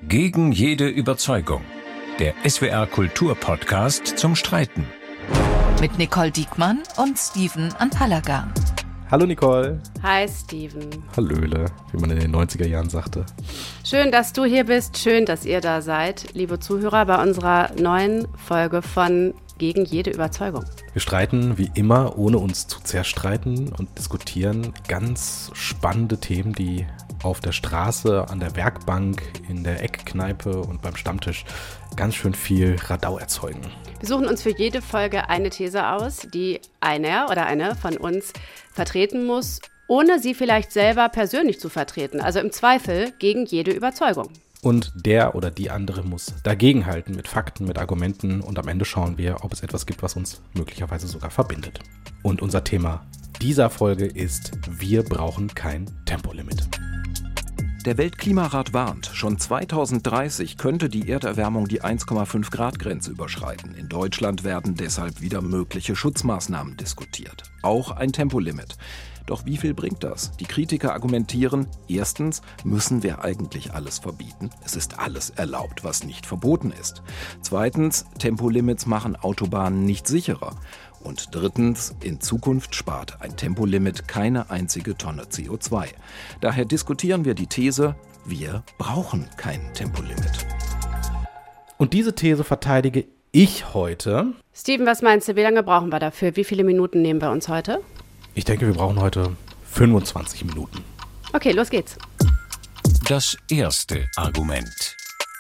Gegen jede Überzeugung. Der SWR Kultur-Podcast zum Streiten. Mit Nicole Diekmann und Steven Antalagan. Hallo Nicole. Hi Steven. Hallöle, wie man in den 90er Jahren sagte. Schön, dass du hier bist. Schön, dass ihr da seid, liebe Zuhörer, bei unserer neuen Folge von Gegen jede Überzeugung. Wir streiten wie immer, ohne uns zu zerstreiten und diskutieren ganz spannende Themen, die auf der Straße, an der Werkbank, in der Eckkneipe und beim Stammtisch ganz schön viel Radau erzeugen. Wir suchen uns für jede Folge eine These aus, die einer oder eine von uns vertreten muss, ohne sie vielleicht selber persönlich zu vertreten. Also im Zweifel gegen jede Überzeugung. Und der oder die andere muss dagegenhalten mit Fakten, mit Argumenten und am Ende schauen wir, ob es etwas gibt, was uns möglicherweise sogar verbindet. Und unser Thema dieser Folge ist: Wir brauchen kein Tempolimit. Der Weltklimarat warnt, schon 2030 könnte die Erderwärmung die 1,5-Grad-Grenze überschreiten. In Deutschland werden deshalb wieder mögliche Schutzmaßnahmen diskutiert. Auch ein Tempolimit. Doch wie viel bringt das? Die Kritiker argumentieren, erstens müssen wir eigentlich alles verbieten. Es ist alles erlaubt, was nicht verboten ist. Zweitens, Tempolimits machen Autobahnen nicht sicherer. Und drittens, in Zukunft spart ein Tempolimit keine einzige Tonne CO2. Daher diskutieren wir die These, wir brauchen kein Tempolimit. Und diese These verteidige ich heute. Steven, was meinst du, wie lange brauchen wir dafür? Wie viele Minuten nehmen wir uns heute? Ich denke, wir brauchen heute 25 Minuten. Okay, los geht's. Das erste Argument.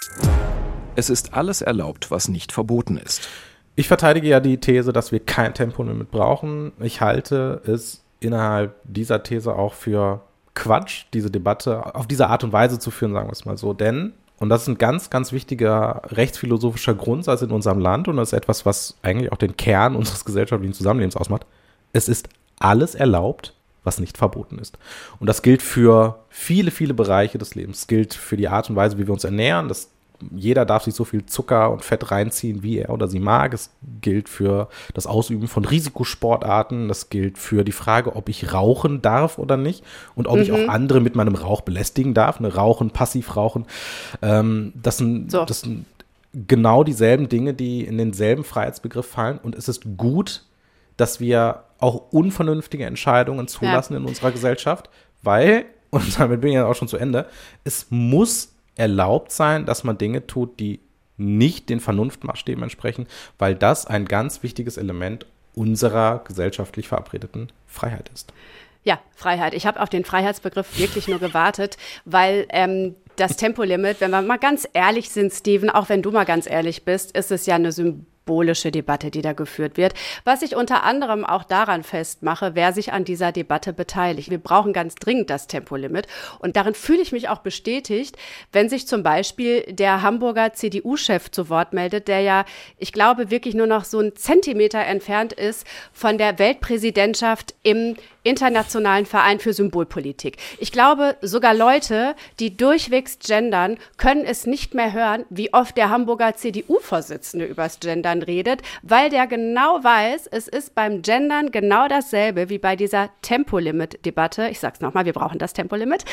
Es ist alles erlaubt, was nicht verboten ist. Ich verteidige ja die These, dass wir kein Tempolimit brauchen. Ich halte es innerhalb dieser These auch für Quatsch, diese Debatte auf diese Art und Weise zu führen, sagen wir es mal so. Denn, und das ist ein ganz, ganz wichtiger rechtsphilosophischer Grundsatz in unserem Land und das ist etwas, was eigentlich auch den Kern unseres gesellschaftlichen Zusammenlebens ausmacht, es ist alles erlaubt, was nicht verboten ist. Und das gilt für viele, viele Bereiche des Lebens. Es gilt für die Art und Weise, wie wir uns ernähren. Jeder darf sich so viel Zucker und Fett reinziehen, wie er oder sie mag. Es gilt für das Ausüben von Risikosportarten. Das gilt für die Frage, ob ich rauchen darf oder nicht und ob ich auch andere mit meinem Rauch belästigen darf. Rauchen, Passivrauchen. Das sind genau dieselben Dinge, die in denselben Freiheitsbegriff fallen. Und es ist gut, dass wir auch unvernünftige Entscheidungen zulassen in unserer Gesellschaft, weil, und damit bin ich ja auch schon zu Ende, es muss erlaubt sein, dass man Dinge tut, die nicht den Vernunftmaßstäben entsprechen, weil das ein ganz wichtiges Element unserer gesellschaftlich verabredeten Freiheit ist. Ja, Freiheit. Ich habe auf den Freiheitsbegriff wirklich nur gewartet, weil das Tempolimit, wenn wir mal ganz ehrlich sind, Steven, auch wenn du mal ganz ehrlich bist, ist es ja eine symbolische Debatte, die da geführt wird. Was ich unter anderem auch daran festmache, wer sich an dieser Debatte beteiligt. Wir brauchen ganz dringend das Tempolimit. Und darin fühle ich mich auch bestätigt, wenn sich zum Beispiel der Hamburger CDU-Chef zu Wort meldet, der ja, ich glaube, wirklich nur noch so einen Zentimeter entfernt ist von der Weltpräsidentschaft im Internationalen Verein für Symbolpolitik. Ich glaube, sogar Leute, die durchwegs gendern, können es nicht mehr hören, wie oft der Hamburger CDU-Vorsitzende übers Gendern redet, weil der genau weiß, es ist beim Gendern genau dasselbe wie bei dieser Tempolimit-Debatte. Ich sag's nochmal, wir brauchen das Tempolimit.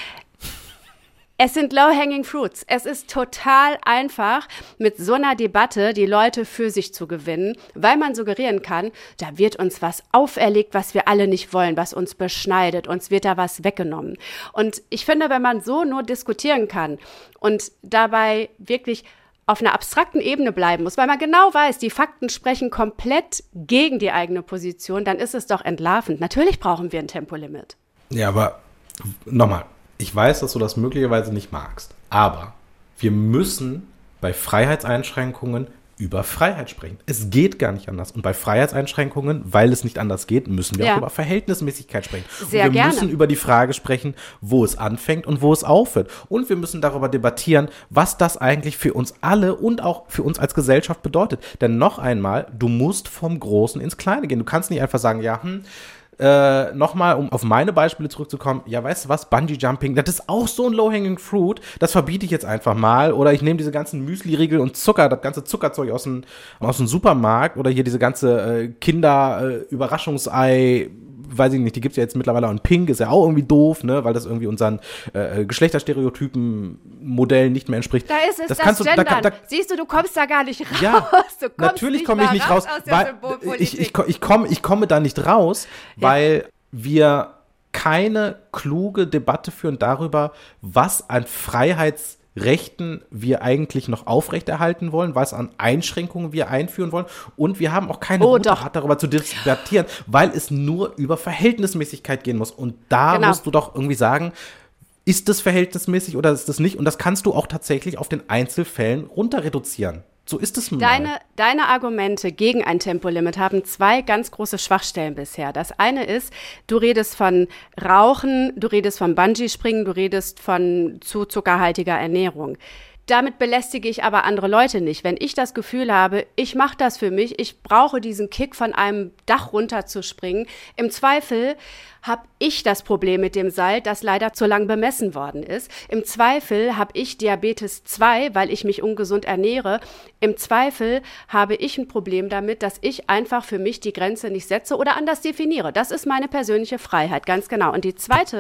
Es sind low-hanging fruits. Es ist total einfach, mit so einer Debatte die Leute für sich zu gewinnen, weil man suggerieren kann, da wird uns was auferlegt, was wir alle nicht wollen, was uns beschneidet, uns wird da was weggenommen. Und ich finde, wenn man so nur diskutieren kann und dabei wirklich auf einer abstrakten Ebene bleiben muss, weil man genau weiß, die Fakten sprechen komplett gegen die eigene Position, dann ist es doch entlarvend. Natürlich brauchen wir ein Tempolimit. Ja, aber nochmal. Ich weiß, dass du das möglicherweise nicht magst, aber wir müssen bei Freiheitseinschränkungen über Freiheit sprechen. Es geht gar nicht anders. Und bei Freiheitseinschränkungen, weil es nicht anders geht, müssen wir auch über Verhältnismäßigkeit sprechen. Sehr und wir gerne. müssen über die Frage sprechen, wo es anfängt und wo es aufhört. Und wir müssen darüber debattieren, was das eigentlich für uns alle und auch für uns als Gesellschaft bedeutet. Denn noch einmal, du musst vom Großen ins Kleine gehen. Du kannst nicht einfach sagen, nochmal, um auf meine Beispiele zurückzukommen, ja, weißt du was, Bungee-Jumping, das ist auch so ein Low-Hanging Fruit, das verbiete ich jetzt einfach mal, oder ich nehme diese ganzen Müsli-Riegel und Zucker, das ganze Zuckerzeug aus dem Supermarkt, oder hier diese ganze Kinder-Überraschungsei weiß ich nicht, die gibt es ja jetzt mittlerweile auch in Pink, ist ja auch irgendwie doof, ne, weil das irgendwie unseren Geschlechterstereotypen-Modellen nicht mehr entspricht. Da ist es das Gendern. Siehst du kommst da gar nicht raus. Ja, natürlich komme ich nicht raus, weil ich komme da nicht raus, weil wir keine kluge Debatte führen darüber, was an Freiheitsrechten wir eigentlich noch aufrechterhalten wollen, was an Einschränkungen wir einführen wollen. Und wir haben auch keine gute Art, darüber zu debattieren, weil es nur über Verhältnismäßigkeit gehen muss. Und da musst du doch irgendwie sagen, ist das verhältnismäßig oder ist das nicht? Und das kannst du auch tatsächlich auf den Einzelfällen runter reduzieren. So ist es nun mal. Deine Argumente gegen ein Tempolimit haben zwei ganz große Schwachstellen bisher. Das eine ist, du redest von Rauchen, du redest von Bungee-Springen, du redest von zu zuckerhaltiger Ernährung. Damit belästige ich aber andere Leute nicht. Wenn ich das Gefühl habe, ich mache das für mich, ich brauche diesen Kick, von einem Dach runterzuspringen, im Zweifel habe ich das Problem mit dem Seil, das leider zu lang bemessen worden ist. Im Zweifel habe ich Diabetes 2, weil ich mich ungesund ernähre. Im Zweifel habe ich ein Problem damit, dass ich einfach für mich die Grenze nicht setze oder anders definiere. Das ist meine persönliche Freiheit, ganz genau. Und die zweite,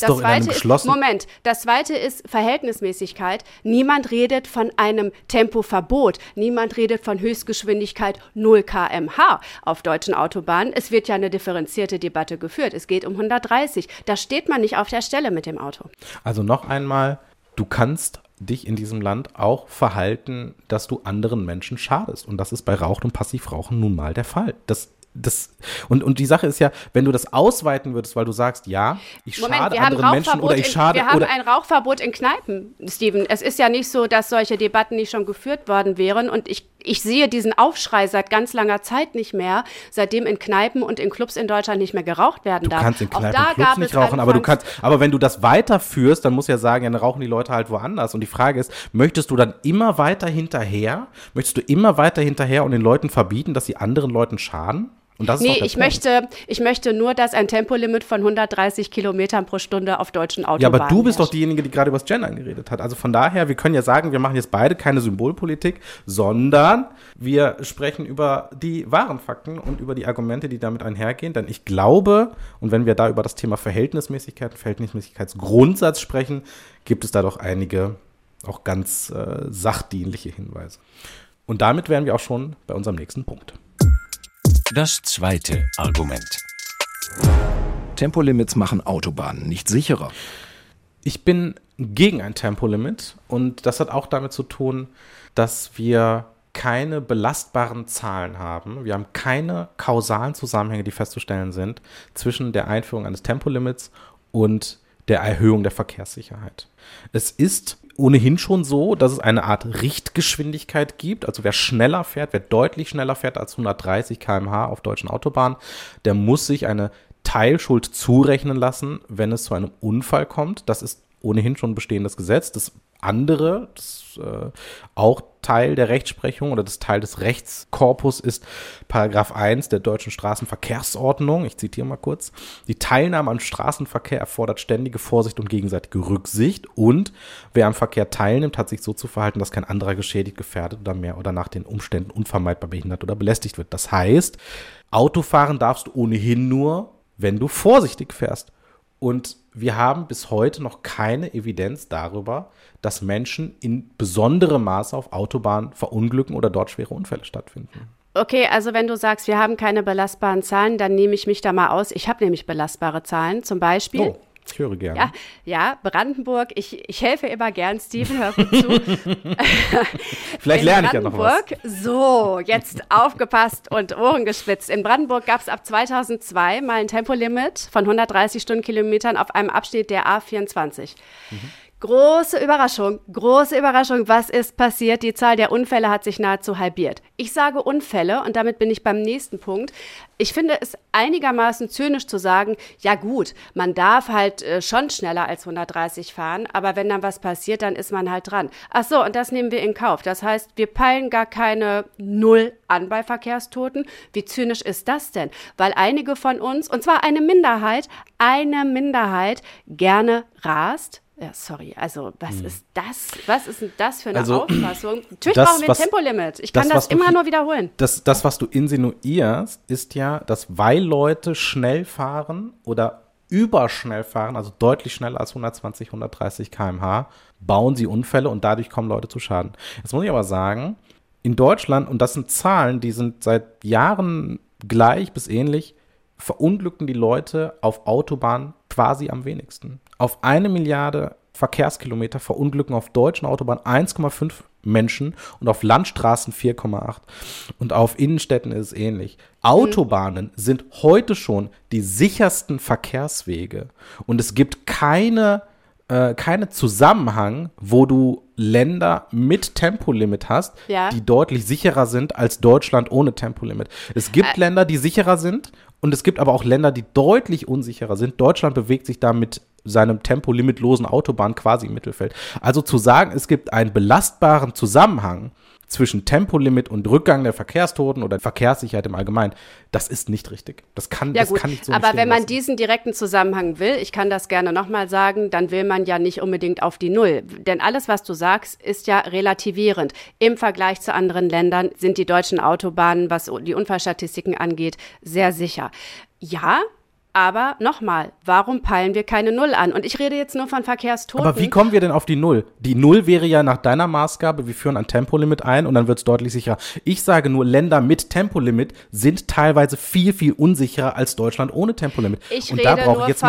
das zweite ist Verhältnismäßigkeit. Niemand redet von einem Tempoverbot. Niemand redet von Höchstgeschwindigkeit 0 km/h auf deutschen Autobahnen. Es wird ja eine differenzierte Debatte geführt. Es geht um 130. Da steht man nicht auf der Stelle mit dem Auto. Also noch einmal, du kannst dich in diesem Land auch verhalten, dass du anderen Menschen schadest. Und das ist bei Rauchen und Passivrauchen nun mal der Fall. Und die Sache ist ja, wenn du das ausweiten würdest, weil du sagst, ja, ich schade anderen Menschen oder ich schade... Wir haben ein Rauchverbot in Kneipen, Steven. Es ist ja nicht so, dass solche Debatten nicht schon geführt worden wären. Und ich sehe diesen Aufschrei seit ganz langer Zeit nicht mehr, seitdem in Kneipen und in Clubs in Deutschland nicht mehr geraucht werden darf. Du kannst in Kneipen und Clubs nicht rauchen, aber wenn du das weiterführst, dann musst du ja sagen, ja, dann rauchen die Leute halt woanders. Und die Frage ist, möchtest du dann immer weiter hinterher? Möchtest du immer weiter hinterher und den Leuten verbieten, dass sie anderen Leuten schaden? Und das ist ich möchte nur, dass ein Tempolimit von 130 Kilometern pro Stunde auf deutschen Autobahnen Ja, aber du bist doch diejenige, die gerade über das Gendern geredet hat. Also von daher, wir können ja sagen, wir machen jetzt beide keine Symbolpolitik, sondern wir sprechen über die wahren Fakten und über die Argumente, die damit einhergehen. Denn ich glaube, und wenn wir da über das Thema Verhältnismäßigkeit und Verhältnismäßigkeitsgrundsatz sprechen, gibt es da doch einige auch ganz sachdienliche Hinweise. Und damit wären wir auch schon bei unserem nächsten Punkt. Das zweite Argument. Tempolimits machen Autobahnen nicht sicherer. Ich bin gegen ein Tempolimit und das hat auch damit zu tun, dass wir keine belastbaren Zahlen haben. Wir haben keine kausalen Zusammenhänge, die festzustellen sind, zwischen der Einführung eines Tempolimits und der Erhöhung der Verkehrssicherheit. Es ist ohnehin schon so, dass es eine Art Richtgeschwindigkeit gibt. Also wer schneller fährt, wer deutlich schneller fährt als 130 km/h auf deutschen Autobahnen, der muss sich eine Teilschuld zurechnen lassen, wenn es zu einem Unfall kommt. Das ist ohnehin schon ein bestehendes Gesetz. Das andere, das auch Teil der Rechtsprechung oder das Teil des Rechtskorpus ist Paragraph 1 der deutschen Straßenverkehrsordnung. Ich zitiere mal kurz. Die Teilnahme am Straßenverkehr erfordert ständige Vorsicht und gegenseitige Rücksicht und wer am Verkehr teilnimmt, hat sich so zu verhalten, dass kein anderer geschädigt, gefährdet oder mehr oder nach den Umständen unvermeidbar behindert oder belästigt wird. Das heißt, Autofahren darfst du ohnehin nur, wenn du vorsichtig fährst. Und wir haben bis heute noch keine Evidenz darüber, dass Menschen in besonderem Maße auf Autobahnen verunglücken oder dort schwere Unfälle stattfinden. Okay, also wenn du sagst, wir haben keine belastbaren Zahlen, dann nehme ich mich da mal aus. Ich habe nämlich belastbare Zahlen, zum Beispiel. Oh, ich höre gerne. Ja, Brandenburg. Ich helfe immer gern, Steven, hör gut zu. Vielleicht lerne ich ja noch was. So, jetzt aufgepasst und Ohren gespitzt. In Brandenburg gab es ab 2002 mal ein Tempolimit von 130 Stundenkilometern auf einem Abschnitt der A24. Große Überraschung, was ist passiert? Die Zahl der Unfälle hat sich nahezu halbiert. Ich sage Unfälle und damit bin ich beim nächsten Punkt. Ich finde es einigermaßen zynisch zu sagen, ja gut, man darf halt schon schneller als 130 fahren, aber wenn dann was passiert, dann ist man halt dran. Ach so, und das nehmen wir in Kauf. Das heißt, wir peilen gar keine 0 an bei Verkehrstoten. Wie zynisch ist das denn? Weil einige von uns, und zwar eine Minderheit, gerne rast, Ja, sorry, also was ist das? Was ist denn das für eine Auffassung? Natürlich das, brauchen wir ein Tempolimit. Ich kann das immer nur wiederholen. Das, was du insinuierst, ist ja, dass weil Leute schnell fahren oder überschnell fahren, also deutlich schneller als 120, 130 km/h, bauen sie Unfälle und dadurch kommen Leute zu Schaden. Jetzt muss ich aber sagen, in Deutschland, und das sind Zahlen, die sind seit Jahren gleich bis ähnlich, verunglücken die Leute auf Autobahnen quasi am wenigsten. Auf 1 Milliarde Verkehrskilometer verunglücken auf deutschen Autobahnen 1,5 Menschen und auf Landstraßen 4,8. Und auf Innenstädten ist es ähnlich. Autobahnen sind heute schon die sichersten Verkehrswege. Und es gibt keine Zusammenhang, wo du Länder mit Tempolimit hast, die deutlich sicherer sind als Deutschland ohne Tempolimit. Es gibt Länder, die sicherer sind und es gibt aber auch Länder, die deutlich unsicherer sind. Deutschland bewegt sich da mit seinem tempolimitlosen Autobahn quasi im Mittelfeld. Also zu sagen, es gibt einen belastbaren Zusammenhang zwischen Tempolimit und Rückgang der Verkehrstoten oder Verkehrssicherheit im Allgemeinen, das ist nicht richtig. Das kann nicht so aber wenn man lassen. diesen direkten Zusammenhang will, ich kann das gerne nochmal sagen, dann will man ja nicht unbedingt auf die Null. Denn alles, was du sagst, ist ja relativierend. Im Vergleich zu anderen Ländern sind die deutschen Autobahnen, was die Unfallstatistiken angeht, sehr sicher. Ja, aber nochmal, warum peilen wir keine Null an? Und ich rede jetzt nur von Verkehrstoten. Aber wie kommen wir denn auf die Null? Die Null wäre ja nach deiner Maßgabe, wir führen ein Tempolimit ein und dann wird es deutlich sicherer. Ich sage nur, Länder mit Tempolimit sind teilweise viel, viel unsicherer als Deutschland ohne Tempolimit. Ich rede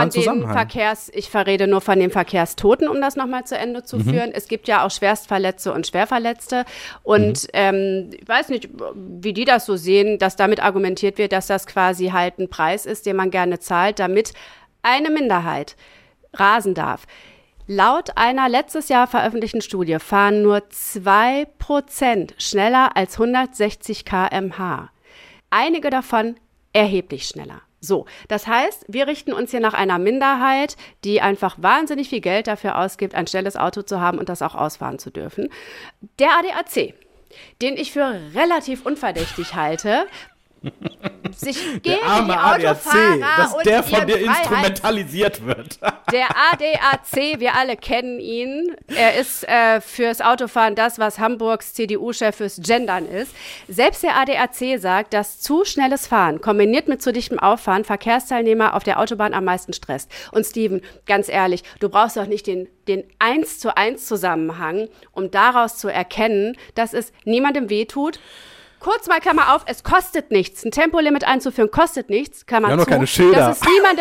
nur von den Verkehrstoten, um das nochmal zu Ende zu führen. Es gibt ja auch Schwerstverletzte und Schwerverletzte. Und ich weiß nicht, wie die das so sehen, dass damit argumentiert wird, dass das quasi halt ein Preis ist, den man gerne zahlt, damit eine Minderheit rasen darf. Laut einer letztes Jahr veröffentlichten Studie fahren nur 2% schneller als 160 km/h. Einige davon erheblich schneller. So, das heißt, wir richten uns hier nach einer Minderheit, die einfach wahnsinnig viel Geld dafür ausgibt, ein schnelles Auto zu haben und das auch ausfahren zu dürfen. Der ADAC, den ich für relativ unverdächtig halte, sich gegen die Autofahrer dass und der von dir Freiheit, instrumentalisiert wird. Der ADAC, wir alle kennen ihn. Er ist fürs Autofahren das, was Hamburgs CDU-Chef fürs Gendern ist. Selbst der ADAC sagt, dass zu schnelles Fahren kombiniert mit zu dichtem Auffahren Verkehrsteilnehmer auf der Autobahn am meisten stresst. Und Steven, ganz ehrlich, du brauchst doch nicht den 1:1 Zusammenhang, um daraus zu erkennen, dass es niemandem wehtut. Kurz mal Klammer auf, es kostet nichts. Ein Tempolimit einzuführen kostet nichts. Klammer zu. Wir haben noch keine Schilder. Das ist niemandem.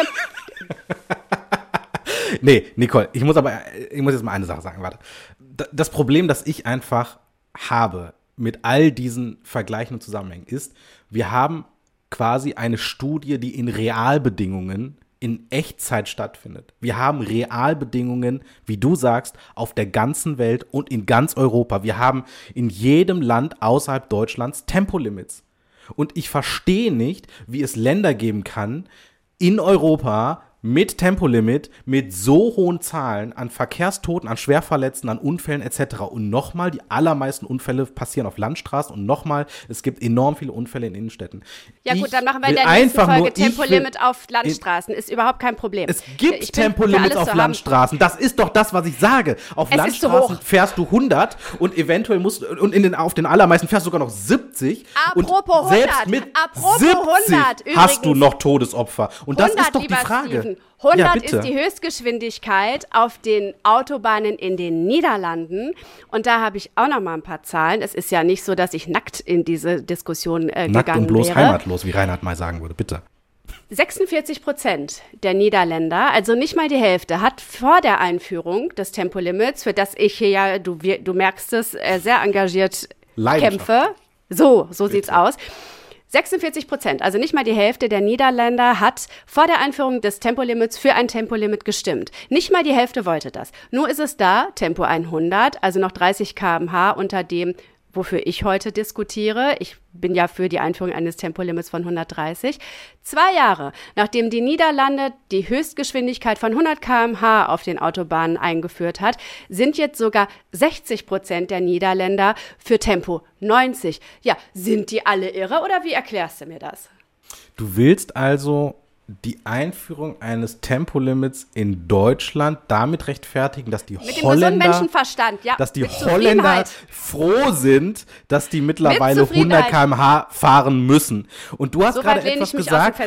Nee, Nicole, ich muss jetzt mal eine Sache sagen, warte. Das Problem, das ich einfach habe mit all diesen Vergleichen und Zusammenhängen ist, wir haben quasi eine Studie, die in Realbedingungen in Echtzeit stattfindet. Wir haben Realbedingungen, wie du sagst, auf der ganzen Welt und in ganz Europa. Wir haben in jedem Land außerhalb Deutschlands Tempolimits. Und ich verstehe nicht, wie es Länder geben kann in Europa mit Tempolimit, mit so hohen Zahlen an Verkehrstoten, an Schwerverletzten, an Unfällen etc. Und nochmal, die allermeisten Unfälle passieren auf Landstraßen und nochmal, es gibt enorm viele Unfälle in Innenstädten. Ja gut, dann machen wir in der nächsten Folge Tempolimit auf Landstraßen. Ist überhaupt kein Problem. Es gibt Tempolimits auf Landstraßen. Das ist doch das, was ich sage. Auf Landstraßen fährst du 100 und eventuell auf den allermeisten fährst du sogar noch 70. Apropos und selbst 100. mit Apropos 70 100. hast du noch Todesopfer. Und 100, das ist doch die Frage. Steven. 100 ja, bitte. ist die Höchstgeschwindigkeit auf den Autobahnen in den Niederlanden. Und da habe ich auch noch mal ein paar Zahlen. Es ist ja nicht so, dass ich nackt in diese Diskussion gegangen wäre. Nackt und bloß heimatlos, wie Reinhard mal sagen würde, bitte. 46% der Niederländer, also nicht mal die Hälfte, hat vor der Einführung des Tempolimits, für das ich hier ja, du merkst es, sehr engagiert kämpfe. So sieht's aus. 46%, also nicht mal die Hälfte der Niederländer hat vor der Einführung des Tempolimits für ein Tempolimit gestimmt. Nicht mal die Hälfte wollte das. Nur ist es da, Tempo 100, also noch 30 km/h unter dem, wofür ich heute diskutiere. Ich bin ja für die Einführung eines Tempolimits von 130. 2 Jahre, nachdem die Niederlande die Höchstgeschwindigkeit von 100 km/h auf den Autobahnen eingeführt hat, sind jetzt sogar 60% der Niederländer für Tempo 90. Ja, sind die alle irre oder wie erklärst du mir das? Du willst also die Einführung eines Tempolimits in Deutschland damit rechtfertigen, dass die mit dem gesunden Menschenverstand, ja, dass die Holländer froh sind, dass die mittlerweile 100 km/h fahren müssen. Und du hast gerade etwas gesagt,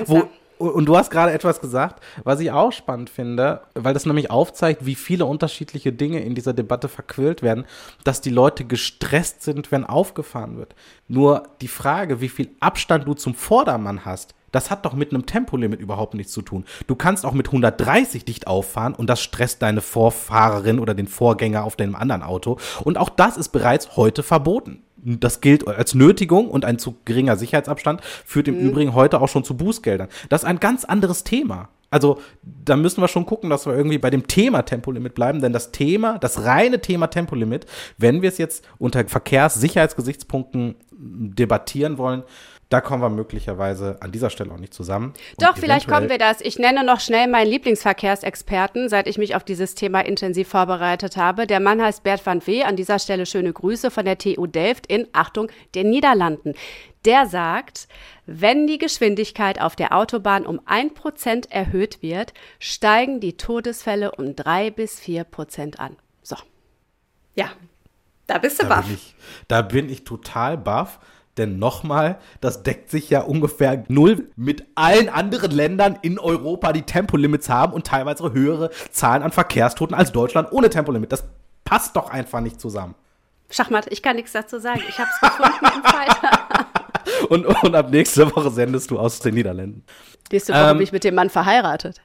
was ich auch spannend finde, weil das nämlich aufzeigt, wie viele unterschiedliche Dinge in dieser Debatte verquillt werden, dass die Leute gestresst sind, wenn aufgefahren wird. Nur die Frage, wie viel Abstand du zum Vordermann hast, das hat doch mit einem Tempolimit überhaupt nichts zu tun. Du kannst auch mit 130 dicht auffahren und das stresst deine Vorfahrerin oder den Vorgänger auf deinem anderen Auto. Und auch das ist bereits heute verboten. Das gilt als Nötigung und ein zu geringer Sicherheitsabstand führt im Übrigen heute auch schon zu Bußgeldern. Das ist ein ganz anderes Thema. Also da müssen wir schon gucken, dass wir irgendwie bei dem Thema Tempolimit bleiben, denn das reine Thema Tempolimit, wenn wir es jetzt unter Verkehrssicherheitsgesichtspunkten debattieren wollen, da kommen wir möglicherweise an dieser Stelle auch nicht zusammen. Doch, vielleicht kommen wir das. Ich nenne noch schnell meinen Lieblingsverkehrsexperten, seit ich mich auf dieses Thema intensiv vorbereitet habe. Der Mann heißt Bert van Wee, an dieser Stelle schöne Grüße von der TU Delft in, Achtung, den Niederlanden. Der sagt, wenn die Geschwindigkeit auf der Autobahn um 1% erhöht wird, steigen die Todesfälle um 3-4% an. So. Ja, da bist du baff. Da bin ich total baff. Denn nochmal, das deckt sich ja ungefähr null mit allen anderen Ländern in Europa, die Tempolimits haben und teilweise höhere Zahlen an Verkehrstoten als Deutschland ohne Tempolimit. Das passt doch einfach nicht zusammen. Schachmatt, ich kann nichts dazu sagen. Ich habe es gefunden im Falter. Und ab nächste Woche sendest du aus den Niederlanden. Nächste Woche bin ich mit dem Mann verheiratet.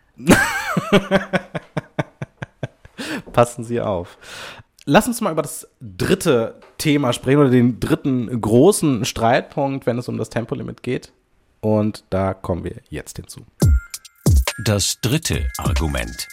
Passen Sie auf. Lass uns mal über das dritte Thema sprechen oder den dritten großen Streitpunkt, wenn es um das Tempolimit geht. Und da kommen wir jetzt hinzu. Das dritte Argument.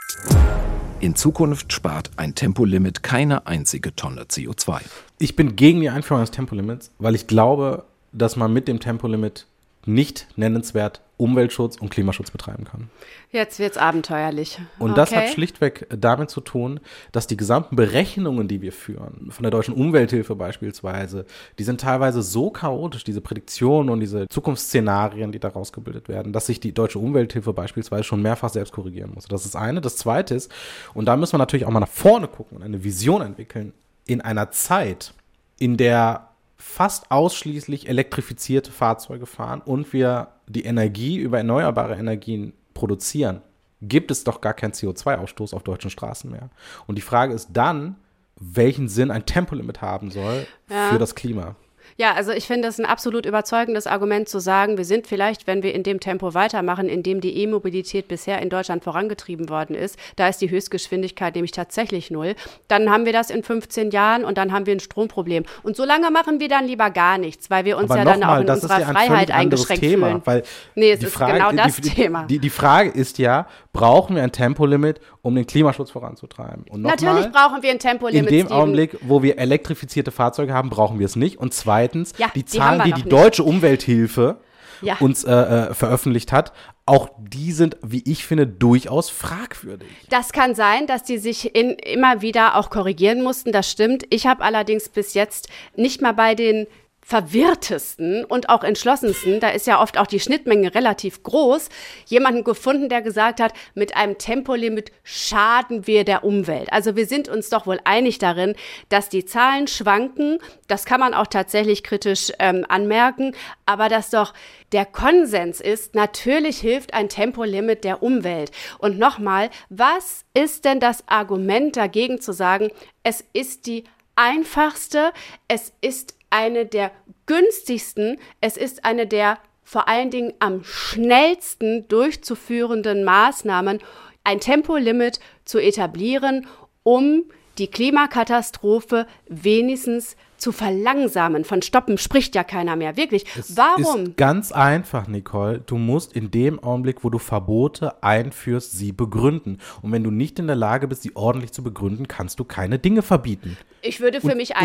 In Zukunft spart ein Tempolimit keine einzige Tonne CO2. Ich bin gegen die Einführung des Tempolimits, weil ich glaube, dass man mit dem Tempolimit nicht nennenswert Umweltschutz und Klimaschutz betreiben kann. Jetzt wird's abenteuerlich. Und das hat schlichtweg damit zu tun, dass die gesamten Berechnungen, die wir führen, von der Deutschen Umwelthilfe beispielsweise, die sind teilweise so chaotisch, diese Prädiktionen und diese Zukunftsszenarien, die daraus gebildet werden, dass sich die Deutsche Umwelthilfe beispielsweise schon mehrfach selbst korrigieren muss. Das ist eine. Das zweite ist, und da müssen wir natürlich auch mal nach vorne gucken und eine Vision entwickeln, in einer Zeit, in der fast ausschließlich elektrifizierte Fahrzeuge fahren und wir die Energie über erneuerbare Energien produzieren, gibt es doch gar keinen CO2-Ausstoß auf deutschen Straßen mehr. Und die Frage ist dann, welchen Sinn ein Tempolimit haben soll für das Klima. Ja, also ich finde es ein absolut überzeugendes Argument zu sagen, wir sind vielleicht, wenn wir in dem Tempo weitermachen, in dem die E-Mobilität bisher in Deutschland vorangetrieben worden ist, da ist die Höchstgeschwindigkeit nämlich tatsächlich 0, dann haben wir das in 15 Jahren und dann haben wir ein Stromproblem. Und so lange machen wir dann lieber gar nichts, weil wir uns dann auch in unserer Freiheit eingeschränkt fühlen. Weil es ist genau das Thema. Die Frage ist ja, brauchen wir ein Tempolimit, um den Klimaschutz voranzutreiben? Und natürlich brauchen wir ein Tempolimit, in dem Augenblick, wo wir elektrifizierte Fahrzeuge haben, brauchen wir es nicht. Und zweitens, die Zahlen, die Deutsche Umwelthilfe uns veröffentlicht hat, auch die sind, wie ich finde, durchaus fragwürdig. Das kann sein, dass die sich immer wieder auch korrigieren mussten, das stimmt. Ich habe allerdings bis jetzt nicht mal bei den verwirrtesten und auch entschlossensten, da ist ja oft auch die Schnittmenge relativ groß, jemanden gefunden, der gesagt hat, mit einem Tempolimit schaden wir der Umwelt. Also wir sind uns doch wohl einig darin, dass die Zahlen schwanken, das kann man auch tatsächlich kritisch anmerken, aber dass doch der Konsens ist, natürlich hilft ein Tempolimit der Umwelt. Und nochmal, was ist denn das Argument dagegen zu sagen, es ist die einfachste, es ist eine der günstigsten, es ist eine der vor allen Dingen am schnellsten durchzuführenden Maßnahmen, ein Tempolimit zu etablieren, um die Klimakatastrophe wenigstens zu verlangsamen. Von stoppen spricht ja keiner mehr. Wirklich. Warum? Ist ganz einfach, Nicole. Du musst in dem Augenblick, wo du Verbote einführst, sie begründen. Und wenn du nicht in der Lage bist, sie ordentlich zu begründen, kannst du keine Dinge verbieten. Ich würde für mich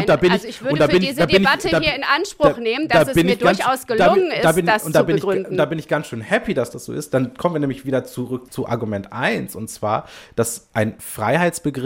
diese Debatte hier in Anspruch nehmen, dass es mir durchaus gelungen ist, das zu begründen. Da bin ich ganz schön happy, dass das so ist. Dann kommen wir nämlich wieder zurück zu Argument 1. Und zwar, dass ein Freiheitsbegriff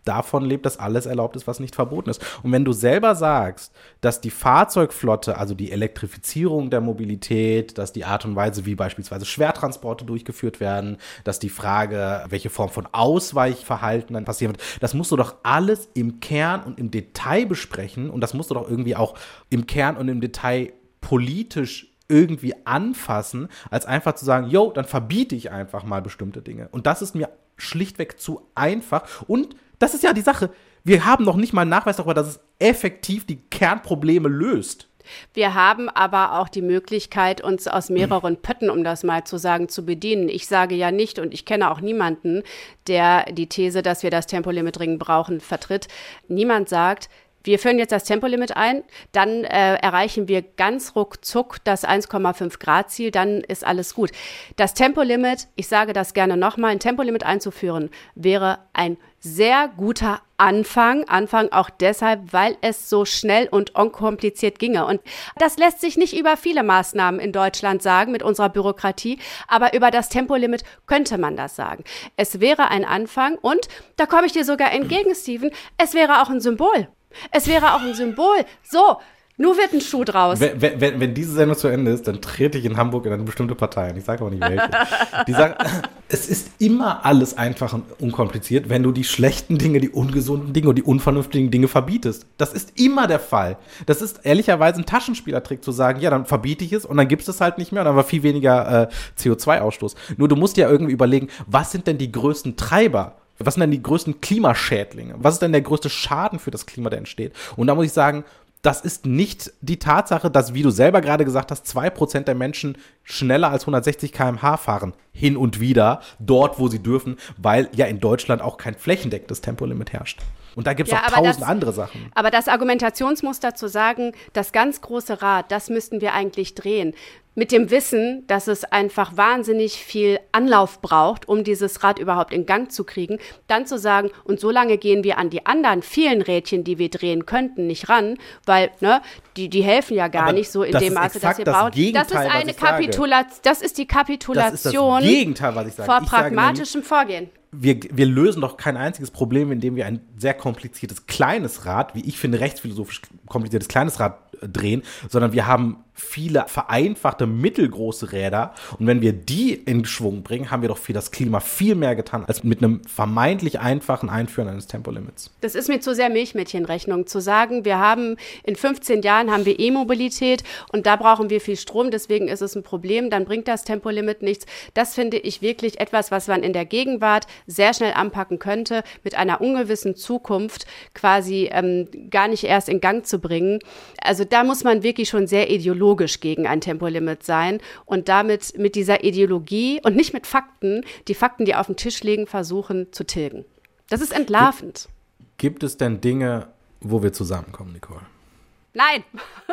davon lebt, dass alles erlaubt ist, was nicht verboten ist. Und wenn du selber sagst, dass die Fahrzeugflotte, also die Elektrifizierung der Mobilität, dass die Art und Weise, wie beispielsweise Schwertransporte durchgeführt werden, dass die Frage, welche Form von Ausweichverhalten dann passieren wird, das musst du doch alles im Kern und im Detail besprechen und das musst du doch irgendwie auch im Kern und im Detail politisch irgendwie anfassen, als einfach zu sagen, yo, dann verbiete ich einfach mal bestimmte Dinge. Und das ist mir schlichtweg zu einfach. Und das ist ja die Sache. Wir haben noch nicht mal einen Nachweis darüber, dass es effektiv die Kernprobleme löst. Wir haben aber auch die Möglichkeit, uns aus mehreren Pötten, um das mal zu sagen, zu bedienen. Ich sage ja nicht und ich kenne auch niemanden, der die These, dass wir das Tempolimit dringend brauchen, vertritt. Niemand sagt, wir führen jetzt das Tempolimit ein, dann erreichen wir ganz ruckzuck das 1,5 Grad Ziel, dann ist alles gut. Das Tempolimit, ich sage das gerne nochmal, ein Tempolimit einzuführen, wäre ein sehr guter Anfang auch deshalb, weil es so schnell und unkompliziert ginge. Und das lässt sich nicht über viele Maßnahmen in Deutschland sagen mit unserer Bürokratie, aber über das Tempolimit könnte man das sagen. Es wäre ein Anfang und, da komme ich dir sogar entgegen, Steven, es wäre auch ein Symbol. Es wäre auch ein Symbol. So, nur wird ein Schuh draus. Wenn diese Sendung zu Ende ist, dann trete ich in Hamburg in eine bestimmte Partei. Ich sage aber nicht welche. Die sagen, es ist immer alles einfach und unkompliziert, wenn du die schlechten Dinge, die ungesunden Dinge und die unvernünftigen Dinge verbietest. Das ist immer der Fall. Das ist ehrlicherweise ein Taschenspielertrick zu sagen, ja, dann verbiete ich es und dann gibt es es halt nicht mehr und dann war viel weniger CO2-Ausstoß. Nur du musst ja irgendwie überlegen, was sind denn die größten Treiber? Was sind denn die größten Klimaschädlinge? Was ist denn der größte Schaden für das Klima, der entsteht? Und da muss ich sagen, das ist nicht die Tatsache, dass, wie du selber gerade gesagt hast, 2% der Menschen schneller als 160 km/h fahren. Hin und wieder, dort, wo sie dürfen, weil ja in Deutschland auch kein flächendeckendes Tempolimit herrscht. Und da gibt es auch 1000 andere Sachen. Aber das Argumentationsmuster zu sagen, das ganz große Rad, das müssten wir eigentlich drehen. Mit dem Wissen, dass es einfach wahnsinnig viel Anlauf braucht, um dieses Rad überhaupt in Gang zu kriegen, dann zu sagen, und so lange gehen wir an die anderen vielen Rädchen, die wir drehen könnten, nicht ran, weil die helfen ja gar nicht so in dem Maße, dass wir brauchen. Das ist eine Kapitulation. Das ist die Kapitulation das Gegenteil, was ich sage. vor pragmatischem Vorgehen. Wir lösen doch kein einziges Problem, indem wir ein sehr kompliziertes kleines Rad, wie ich finde, rechtsphilosophisch kompliziertes kleines Rad drehen, sondern wir haben viele vereinfachte, mittelgroße Räder. Und wenn wir die in Schwung bringen, haben wir doch für das Klima viel mehr getan, als mit einem vermeintlich einfachen Einführen eines Tempolimits. Das ist mir zu sehr Milchmädchenrechnung, zu sagen, wir haben in 15 Jahren haben wir E-Mobilität und da brauchen wir viel Strom, deswegen ist es ein Problem, dann bringt das Tempolimit nichts. Das finde ich wirklich etwas, was man in der Gegenwart sehr schnell anpacken könnte, mit einer ungewissen Zukunft quasi gar nicht erst in Gang zu bringen. Also da muss man wirklich schon sehr ideologisch gegen ein Tempolimit sein und damit mit dieser Ideologie und nicht mit Fakten, die Fakten, die auf dem Tisch liegen, versuchen zu tilgen. Das ist entlarvend. Gibt es denn Dinge, wo wir zusammenkommen, Nicole? Nein!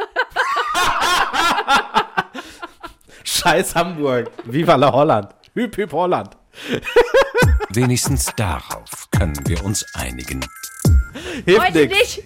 Scheiß Hamburg! Viva la Holland! Hüp, hüp, Holland! Wenigstens darauf können wir uns einigen. Hilft Heute nix. nicht!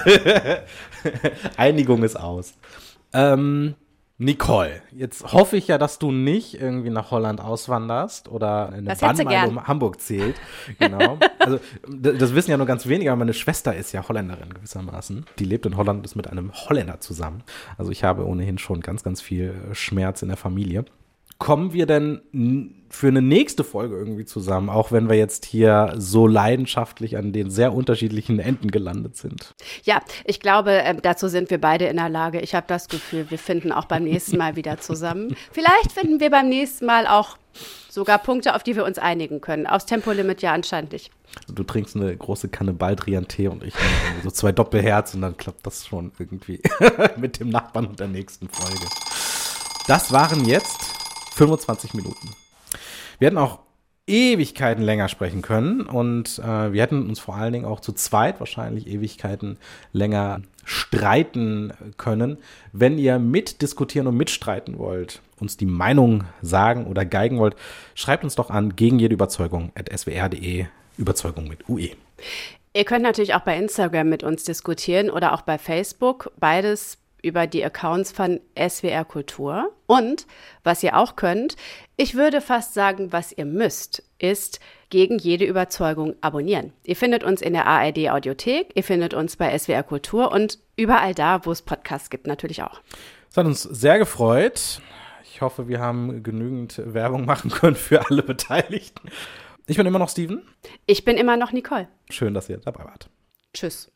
Einigung ist aus. Nicole, jetzt hoffe ich ja, dass du nicht irgendwie nach Holland auswanderst oder eine Bannmeile um Hamburg zählt. Genau. Also das wissen ja nur ganz wenige, aber meine Schwester ist ja Holländerin gewissermaßen. Die lebt in Holland und ist mit einem Holländer zusammen. Also ich habe ohnehin schon ganz, ganz viel Schmerz in der Familie. Kommen wir denn für eine nächste Folge irgendwie zusammen, auch wenn wir jetzt hier so leidenschaftlich an den sehr unterschiedlichen Enden gelandet sind? Ja, ich glaube, dazu sind wir beide in der Lage. Ich habe das Gefühl, wir finden auch beim nächsten Mal wieder zusammen. Vielleicht finden wir beim nächsten Mal auch sogar Punkte, auf die wir uns einigen können. Aufs Tempolimit ja anscheinend nicht. Du trinkst eine große Kanne Baldrian-Tee und ich so 2 Doppelherz und dann klappt das schon irgendwie mit dem Nachbarn und der nächsten Folge. Das waren jetzt 25 Minuten. Wir hätten auch Ewigkeiten länger sprechen können und wir hätten uns vor allen Dingen auch zu zweit wahrscheinlich Ewigkeiten länger streiten können. Wenn ihr mitdiskutieren und mitstreiten wollt, uns die Meinung sagen oder geigen wollt, schreibt uns doch an gegen jede Überzeugung @swr.de, Überzeugung mit UE. Ihr könnt natürlich auch bei Instagram mit uns diskutieren oder auch bei Facebook. Beides über die Accounts von SWR Kultur. Und was ihr auch könnt, ich würde fast sagen, was ihr müsst, ist gegen jede Überzeugung abonnieren. Ihr findet uns in der ARD Audiothek, ihr findet uns bei SWR Kultur und überall da, wo es Podcasts gibt, natürlich auch. Es hat uns sehr gefreut. Ich hoffe, wir haben genügend Werbung machen können für alle Beteiligten. Ich bin immer noch Steven. Ich bin immer noch Nicole. Schön, dass ihr dabei wart. Tschüss.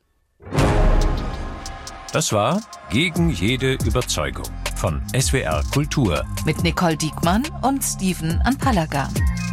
Das war Gegen jede Überzeugung von SWR Kultur. Mit Nicole Diekmann und Steven Anpalaga.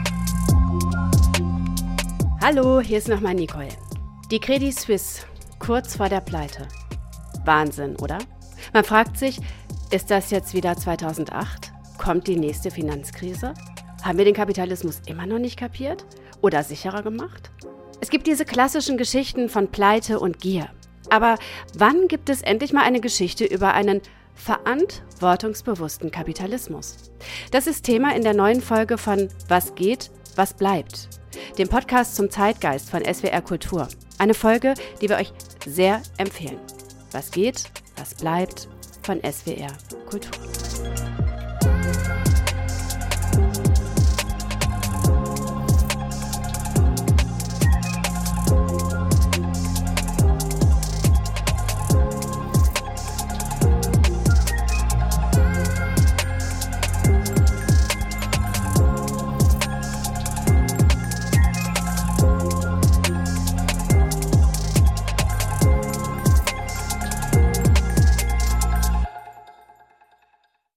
Hallo, hier ist nochmal Nicole. Die Credit Suisse, kurz vor der Pleite. Wahnsinn, oder? Man fragt sich, ist das jetzt wieder 2008? Kommt die nächste Finanzkrise? Haben wir den Kapitalismus immer noch nicht kapiert? Oder sicherer gemacht? Es gibt diese klassischen Geschichten von Pleite und Gier. Aber wann gibt es endlich mal eine Geschichte über einen verantwortungsbewussten Kapitalismus? Das ist Thema in der neuen Folge von Was geht, was bleibt? Dem Podcast zum Zeitgeist von SWR Kultur. Eine Folge, die wir euch sehr empfehlen. Was geht, was bleibt von SWR Kultur.